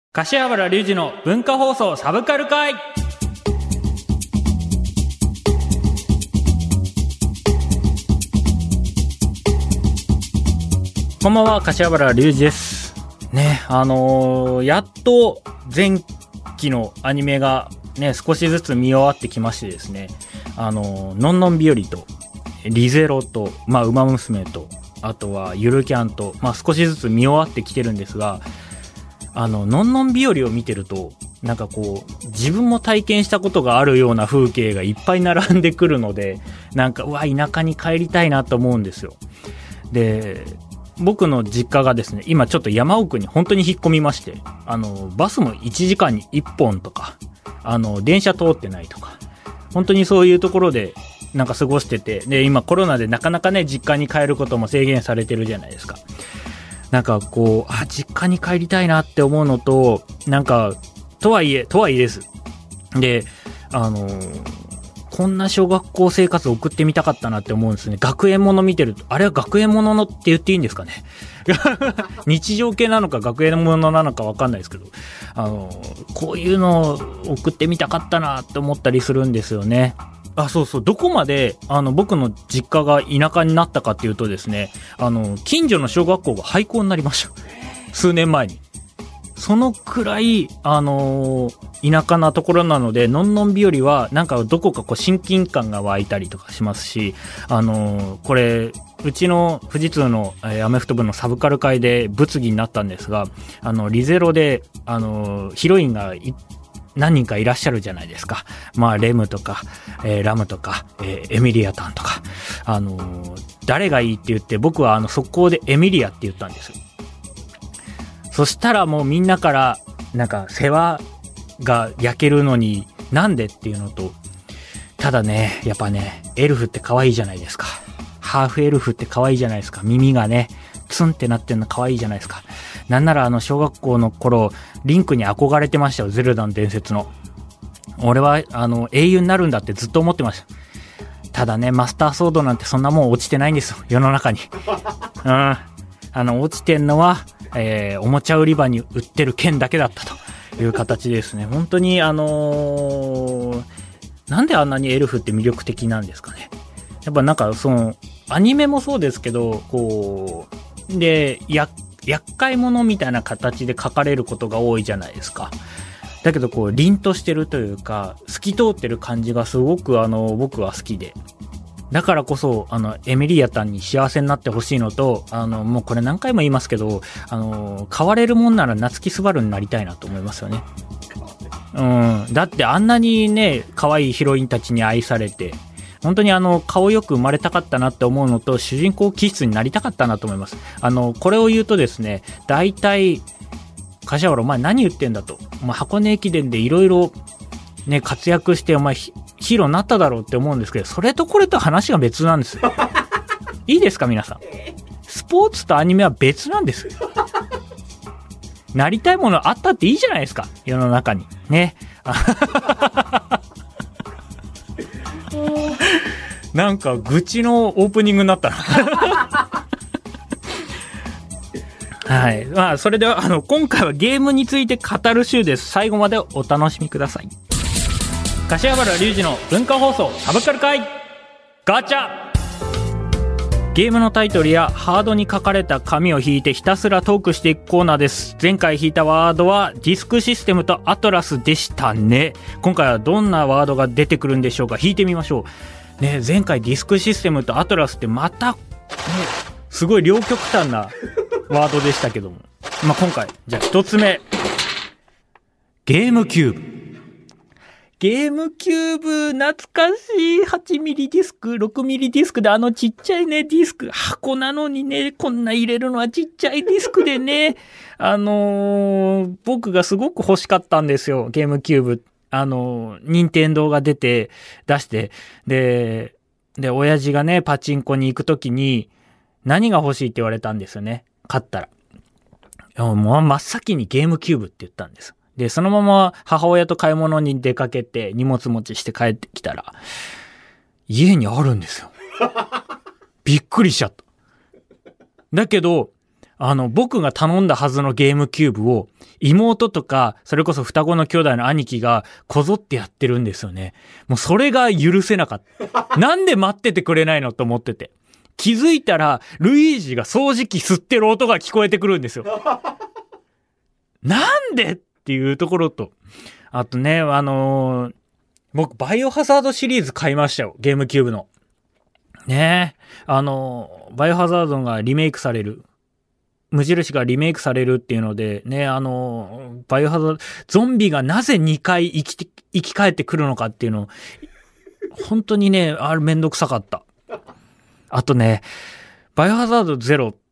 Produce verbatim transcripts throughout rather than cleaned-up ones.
柏原隆二の文化放送サブカル会。こんばんは、柏原隆二ですね。あのー、やっと前期のアニメがね少しずつ見終わってきましてですね、あのー、のんのん日和とリゼロと、まあ、ウマ娘と、あとはゆるキャンと、まあ、少しずつ見終わってきてるんですが、あののんのん日和を見てると、なんかこう自分も体験したことがあるような風景がいっぱい並んでくるので、なんかうわ田舎に帰りたいなと思うんですよ。で、僕の実家がですね、今ちょっと山奥に本当に引っ込みまして、あのバスもいちじかんにいっぽんとか、あの電車通ってないとか、本当にそういうところでなんか過ごしてて、で今コロナでなかなかね実家に帰ることも制限されてるじゃないですか。なんかこう、あ、実家に帰りたいなって思うのと、なんか、とはいえ、とはいえです。で、あのー、こんな小学校生活を送ってみたかったなって思うんですね。学園もの見てると、あれは学園もののって言っていいんですかね。日常系なのか学園ものなのかわかんないですけど、あのー、こういうのを送ってみたかったなって思ったりするんですよね。あ、そうそう、どこまであの僕の実家が田舎になったかっていうとですね、あの近所の小学校が廃校になりました。数年前に。そのくらいあのー、田舎なところなので、のんのん日和はなんかどこかこう親近感が湧いたりとかしますし、あのー、これうちの富士通の、えー、アメフト部のサブカル会で物議になったんですが、あのリゼロであのー、ヒロインがい何人かいらっしゃるじゃないですか。まあレムとか、えー、ラムとか、えー、エミリアタンとか、あのー、誰がいいって言って、僕はあの速攻でエミリアって言ったんです。そしたらもうみんなからなんか世話が焼けるのになんでっていうのと、ただねやっぱねエルフって可愛いじゃないですか。ハーフエルフって可愛いじゃないですか。耳がねツンってなってんの可愛いじゃないですか。なんならあの小学校の頃リンクに憧れてましたよ。ゼルダの伝説の。俺はあの英雄になるんだってずっと思ってました。ただねマスターソードなんてそんなもん落ちてないんですよ、世の中に。うん、あの落ちてんのは、えー、おもちゃ売り場に売ってる剣だけだったという形ですね。本当にあのー、なんであんなにエルフって魅力的なんですかね。やっぱなんかそのアニメもそうですけど、こうでや厄介者みたいな形で書かれることが多いじゃないですか。だけどこう凛としてるというか透き通ってる感じがすごくあの僕は好きで、だからこそあのエミリアタンに幸せになってほしいのと、あのもうこれ何回も言いますけど、あの変われるもんなら夏木すばるになりたいなと思いますよね。うん、だってあんなにね可愛いヒロインたちに愛されて、本当にあの顔よく生まれたかったなって思うのと、主人公気質になりたかったなと思います。あのこれを言うとですね、大体柏原お前何言ってんだと、お前箱根駅伝でいろいろね活躍してお前ヒーローになっただろうって思うんですけど、それとこれと話が別なんですよ。いいですか皆さん、スポーツとアニメは別なんです。なりたいものあったっていいじゃないですか、世の中にね。なんか愚痴のオープニングになったな。はい、まあそれではあの今回はゲームについて語る週です。最後までお楽しみください。柏原隆二の文化放送サブカル会ガチャ。ゲームのタイトルやハードに書かれた紙を引いてひたすらトークしていくコーナーです。前回引いたワードはディスクシステムとアトラスでしたね。今回はどんなワードが出てくるんでしょうか。引いてみましょうね。前回ディスクシステムとアトラスってまた、ね、すごい両極端なワードでしたけども、まあ、今回じゃあ一つ目、ゲームキューブ。ゲームキューブ懐かしい。はちミリディスク、ろくミリディスクであのちっちゃいねディスク、箱なのにねこんな入れるのはちっちゃいディスクでね、あのー、僕がすごく欲しかったんですよゲームキューブ。あのー、任天堂が出て出してでで親父がねパチンコに行くときに何が欲しいって言われたんですよね。買ったらもう真っ先にゲームキューブって言ったんです。でそのまま母親と買い物に出かけて荷物持ちして帰ってきたら家にあるんですよ。びっくりしちゃった。だけどあの、僕が頼んだはずのゲームキューブを、妹とか、それこそ双子の兄弟の兄貴がこぞってやってるんですよね。もうそれが許せなかった。なんで待っててくれないのと思ってて。気づいたら、ルイージが掃除機吸ってる音が聞こえてくるんですよ。なんでっていうところと、あとね、あのー、僕、バイオハザードシリーズ買いましたよ。ゲームキューブの。ねえ。あのー、バイオハザードがリメイクされる。無印がリメイクされるっていうので、ね、あのー、バイオハザード、ゾンビがなぜにかい生きて、生き返ってくるのかっていうの、本当にね、あれめんどくさかった。あとね、バイオハザードゼロって、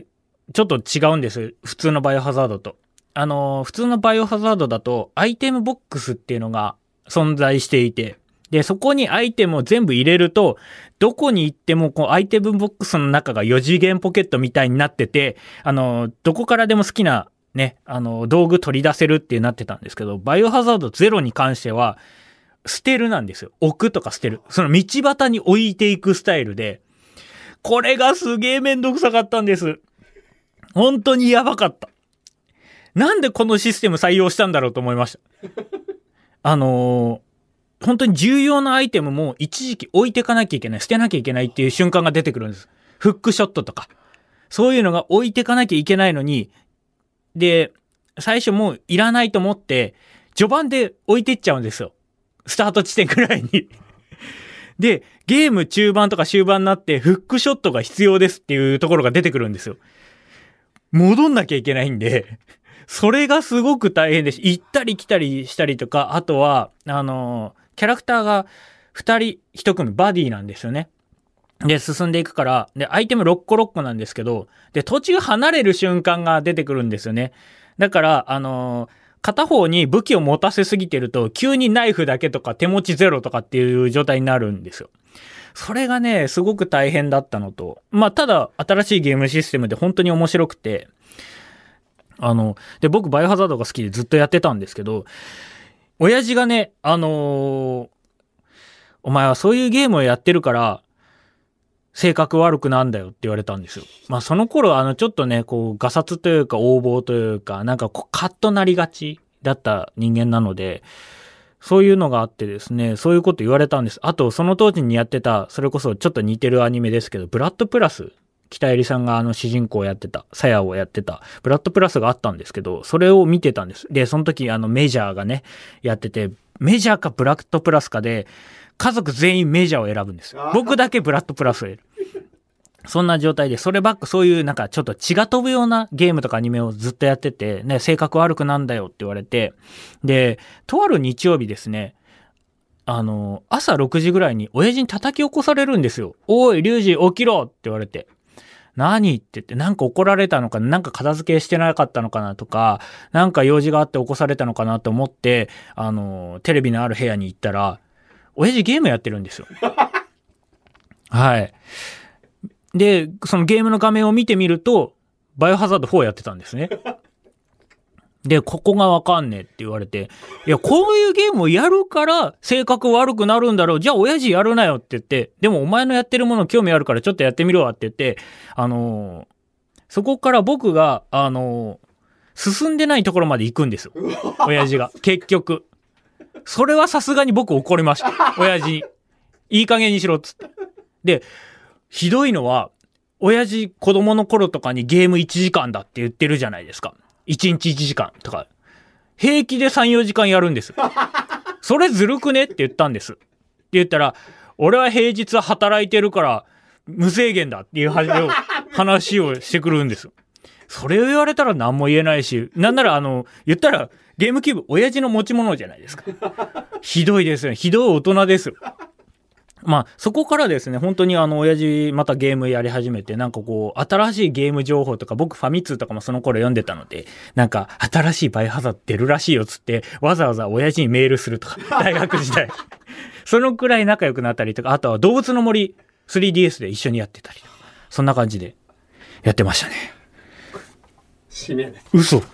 ちょっと違うんです。普通のバイオハザードと。あのー、普通のバイオハザードだと、アイテムボックスっていうのが存在していて、で、そこにアイテムを全部入れると、どこに行っても、こう、アイテムボックスの中がよ次元ポケットみたいになってて、あのー、どこからでも好きな、ね、あのー、道具取り出せるってなってたんですけど、バイオハザードゼロに関しては、捨てるなんですよ。置くとか捨てる。その道端に置いていくスタイルで、これがすげえめんどくさかったんです。本当にやばかった。なんでこのシステム採用したんだろうと思いました。あのー、本当に重要なアイテムも一時期置いてかなきゃいけない、捨てなきゃいけないっていう瞬間が出てくるんです。フックショットとか。そういうのが置いてかなきゃいけないのに、で、最初もういらないと思って、序盤で置いてっちゃうんですよ。スタート地点くらいに。で、ゲーム中盤とか終盤になってフックショットが必要ですっていうところが出てくるんですよ。戻んなきゃいけないんで、それがすごく大変でし、行ったり来たりしたりとか、あとは、あの、キャラクターがふたりひと組バディなんですよね。で、進んでいくから、で、アイテムろっころっこなんですけど、で、途中離れる瞬間が出てくるんですよね。だから、あの、片方に武器を持たせすぎてると、急にナイフだけとか手持ちゼロとかっていう状態になるんですよ。それがね、すごく大変だったのと、まあ、ただ、新しいゲームシステムで本当に面白くて、あの、で、僕、バイオハザードが好きでずっとやってたんですけど、親父がね、あのー、お前はそういうゲームをやってるから、性格悪くなんだよって言われたんですよ。まあその頃あのちょっとね、こうガサツというか横暴というか、なんかこうカッとなりがちだった人間なので、そういうのがあってですね、そういうこと言われたんです。あとその当時にやってた、それこそちょっと似てるアニメですけど、ブラッドプラス、北入さんがあの主人公をやってた、サヤをやってた、ブラッドプラスがあったんですけど、それを見てたんです。で、その時あのメジャーがね、やってて、メジャーかブラッドプラスかで、家族全員メジャーを選ぶんですよ。僕だけブラッドプラスを選ぶ。そんな状態で、そればっか、そういうなんかちょっと血が飛ぶようなゲームとかアニメをずっとやってて、ね、性格悪くなんだよって言われて、で、とある日曜日ですね、あの、朝ろくじぐらいに親父に叩き起こされるんですよ。おい、リュウジ起きろって言われて。何って言って、なんか怒られたのかな、なんか片付けしてなかったのかなとか、なんか用事があって起こされたのかなと思って、あの、テレビのある部屋に行ったら、親父ゲームやってるんですよ。はい。で、そのゲームの画面を見てみると、バイオハザードフォーやってたんですね。で、ここがわかんねえって言われて、いや、こういうゲームをやるから性格悪くなるんだろう。じゃあ親父やるなよって言って、でもお前のやってるもの興味あるからちょっとやってみろわって言って、あのー、そこから僕が、あのー、進んでないところまで行くんですよ。親父が。結局。それはさすがに僕怒りました。親父に。いい加減にしろっつって。で、ひどいのは、親父子供の頃とかにゲームいちじかんだって言ってるじゃないですか。いちにちいちじかんとか。平気でさん、よじかんやるんです。それずるくねって言ったんです。って言ったら、俺は平日は働いてるから無制限だっていう話をしてくるんです。それを言われたら何も言えないし、なんならあの、言ったらゲームキューブ親父の持ち物じゃないですか。ひどいですよね。ひどい大人ですよ。まあ、そこからですね、本当にあの、親父またゲームやり始めて、なんかこう、新しいゲーム情報とか、僕ファミ通とかもその頃読んでたので、なんか、新しいバイオハザード出るらしいよっつって、わざわざ親父にメールするとか、大学時代。そのくらい仲良くなったりとか、あとは動物の森 スリーディーエス で一緒にやってたりとか、そんな感じでやってましたね。 死ねね。 嘘。い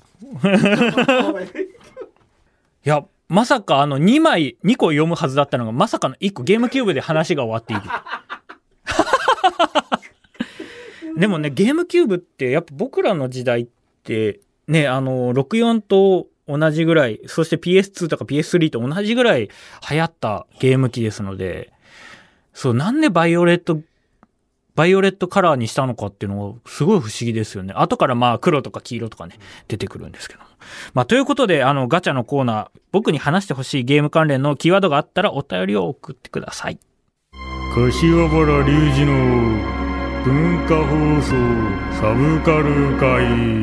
や、まさかあのにまい、にこ読むはずだったのが、まさかのいっこゲームキューブで話が終わっている。 でもね、ゲームキューブってやっぱ僕らの時代ってね、あのろくじゅうよんと同じぐらい、そして ピーエスツー とか ピーエススリー と同じぐらい流行ったゲーム機ですので、そう、なんでバイオレットバイオレットカラーにしたのかっていうのがすごい不思議ですよね。後からまあ黒とか黄色とかね出てくるんですけども、まあということで、あのガチャのコーナー、僕に話してほしいゲーム関連のキーワードがあったらお便りを送ってください。 柏原隆二の文化放送サブカル会。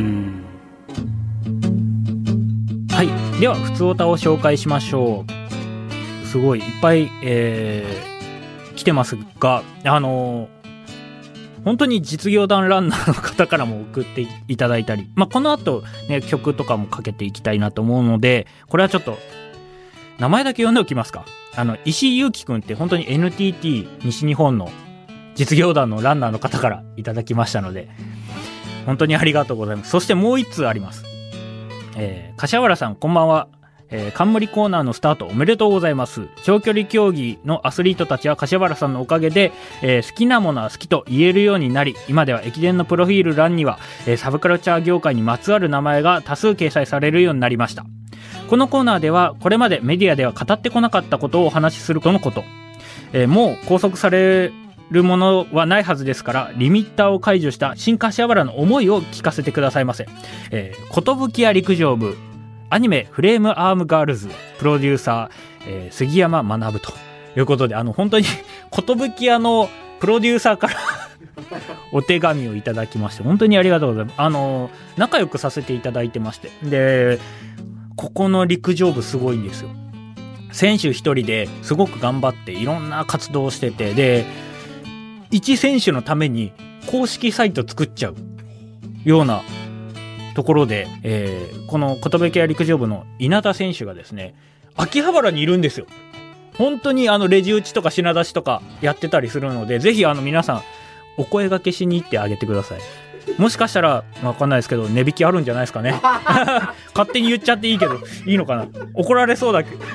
はい、では普通オタを紹介しましょう。すごいいっぱい、えー、来てますが、あのー本当に実業団ランナーの方からも送っていただいたり、まあ、この後ね曲とかもかけていきたいなと思うので、これはちょっと名前だけ読んでおきますか。あの石井祐樹くんって本当に エヌティーティー 西日本の実業団のランナーの方からいただきましたので、本当にありがとうございます。そしてもう一通あります。えー、柏原さんこんばんは。えー、冠コーナーのスタートおめでとうございます。長距離競技のアスリートたちは柏原さんのおかげで、えー、好きなものは好きと言えるようになり、今では駅伝のプロフィール欄には、えー、サブカルチャー業界にまつわる名前が多数掲載されるようになりました。このコーナーではこれまでメディアでは語ってこなかったことをお話しするとのこと、えー、もう拘束されるものはないはずですから、リミッターを解除した新柏原の思いを聞かせてくださいませ。えー、寿屋陸上部アニメフレームアームガールズプロデューサー、えー、杉山学ということで、あの本当に寿屋のプロデューサーからお手紙をいただきまして、本当にありがとうございます。あの仲良くさせていただいてまして、でここの陸上部すごいんですよ。選手一人ですごく頑張っていろんな活動をしてて、で一選手のために公式サイト作っちゃうようなところで、えー、この寿屋陸上部の稲田選手がですね、秋葉原にいるんですよ。本当にあのレジ打ちとか品出しとかやってたりするので、ぜひあの皆さんお声掛けしに行ってあげてください。もしかしたら分かんないですけど値引きあるんじゃないですかね勝手に言っちゃっていいけどいいのかな、怒られそうだけど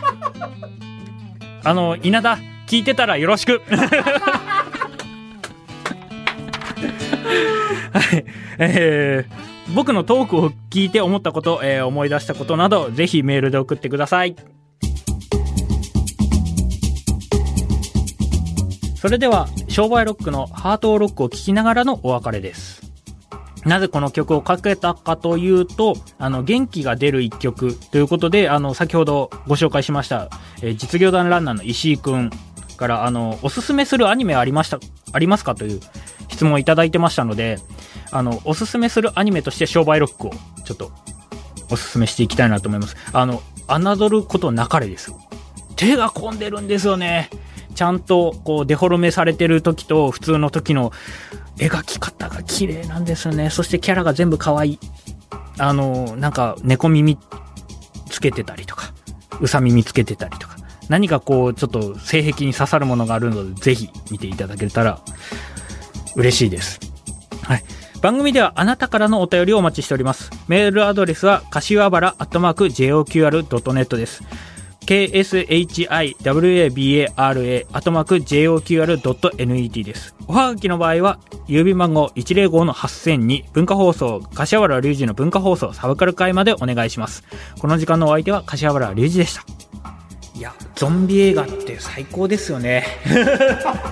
あの稲田聞いてたらよろしくはい、えー僕のトークを聞いて思ったこと、えー、思い出したことなどぜひメールで送ってください。それでは商売ロックのハートロックを聴きながらのお別れです。なぜこの曲をかけたかというと、あの元気が出る一曲ということで、あの先ほどご紹介しました、えー、実業団ランナーの石井くんからあのおすすめするアニメありましたありますかという質問をいただいてましたので、あのおすすめするアニメとして商売ロックをちょっとおすすめしていきたいなと思います。あの侮ることなかれですよ。手が込んでるんですよね。ちゃんとこうデフォルメされてる時と普通の時の描き方が綺麗なんですよね。そしてキャラが全部可愛い。あのなんか猫耳つけてたりとかうさ耳つけてたりとか、何かこうちょっと性癖に刺さるものがあるのでぜひ見ていただけたら嬉しいです。はい、番組ではあなたからのお便りをお待ちしております。メールアドレスは柏原アットマーク ジェイオーキューアールドットネット です。ケーエスエイチアイダブリューエービーエーアールエー アットマーク ジェイオーキューアールドットネット です。おはがきの場合は郵便番号 いちゼロごのはっせんに文化放送柏原隆二の文化放送サブカル会までお願いします。この時間のお相手は柏原隆二でした。いやゾンビ映画って最高ですよね